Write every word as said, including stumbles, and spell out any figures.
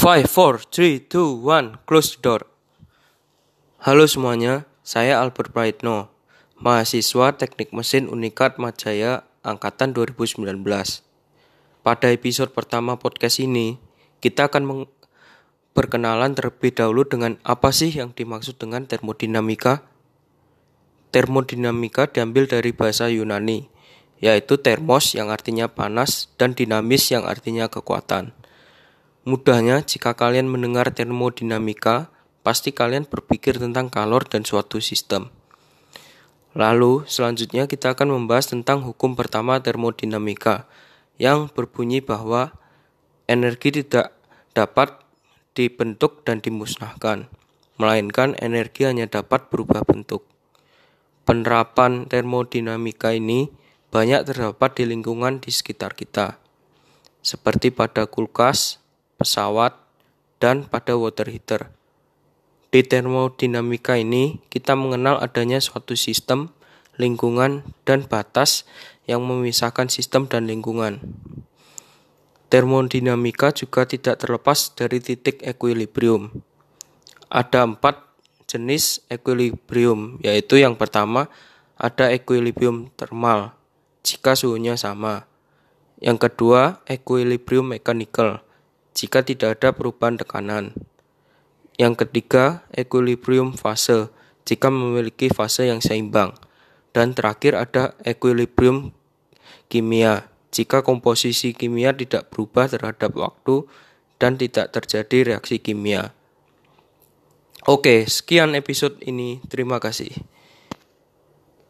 five, four, three, two, one, close the door. Halo semuanya, saya Albert Praitno, mahasiswa Teknik Mesin Unikat Madjaya Angkatan dua ribu sembilan belas. Pada episode pertama podcast ini, kita akan meng- berkenalan terlebih dahulu dengan apa sih yang dimaksud dengan termodinamika. Termodinamika diambil dari bahasa Yunani, yaitu thermos yang artinya panas dan dinamis yang artinya kekuatan. Mudahnya, jika kalian mendengar termodinamika, pasti kalian berpikir tentang kalor dan suatu sistem. Lalu, selanjutnya kita akan membahas tentang hukum pertama termodinamika, yang berbunyi bahwa energi tidak dapat dibentuk dan dimusnahkan, melainkan energi hanya dapat berubah bentuk. Penerapan termodinamika ini banyak terdapat di lingkungan di sekitar kita, seperti pada kulkas, pesawat, dan pada water heater. Di termodinamika ini, kita mengenal adanya suatu sistem, lingkungan, dan batas yang memisahkan sistem dan lingkungan. Termodinamika juga tidak terlepas dari titik equilibrium. Ada empat jenis equilibrium, yaitu yang pertama, ada equilibrium thermal, jika suhunya sama. Yang kedua, equilibrium mechanical, jika tidak ada perubahan tekanan. Yang ketiga, equilibrium fase, jika memiliki fase yang seimbang. Dan terakhir ada equilibrium kimia, jika komposisi kimia tidak berubah terhadap waktu dan tidak terjadi reaksi kimia. Oke, sekian episode ini. Terima kasih.